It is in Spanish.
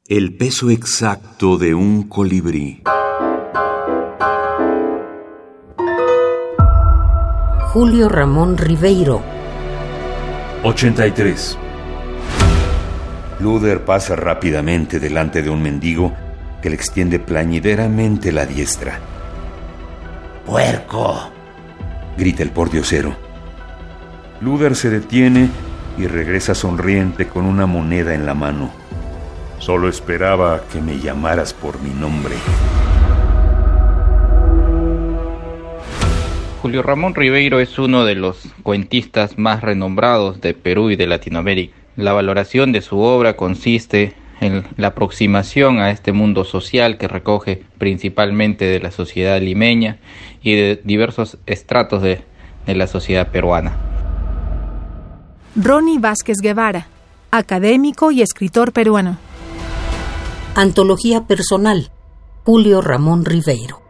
El peso exacto de un colibrí. Julio Ramón Ribeiro. 83. Luder pasa rápidamente delante de un mendigo que le extiende plañideramente la diestra. ¡Puerco!, grita el pordiosero. Luder se detiene y regresa sonriente con una moneda en la mano. Solo esperaba que me llamaras por mi nombre. Julio Ramón Ribeiro es uno de los cuentistas más renombrados de Perú y de Latinoamérica. La valoración de su obra consiste en la aproximación a este mundo social que recoge principalmente de la sociedad limeña y de diversos estratos de la sociedad peruana. Ronnie Vázquez Guevara, académico y escritor peruano. Antología personal. Julio Ramón Ribeiro.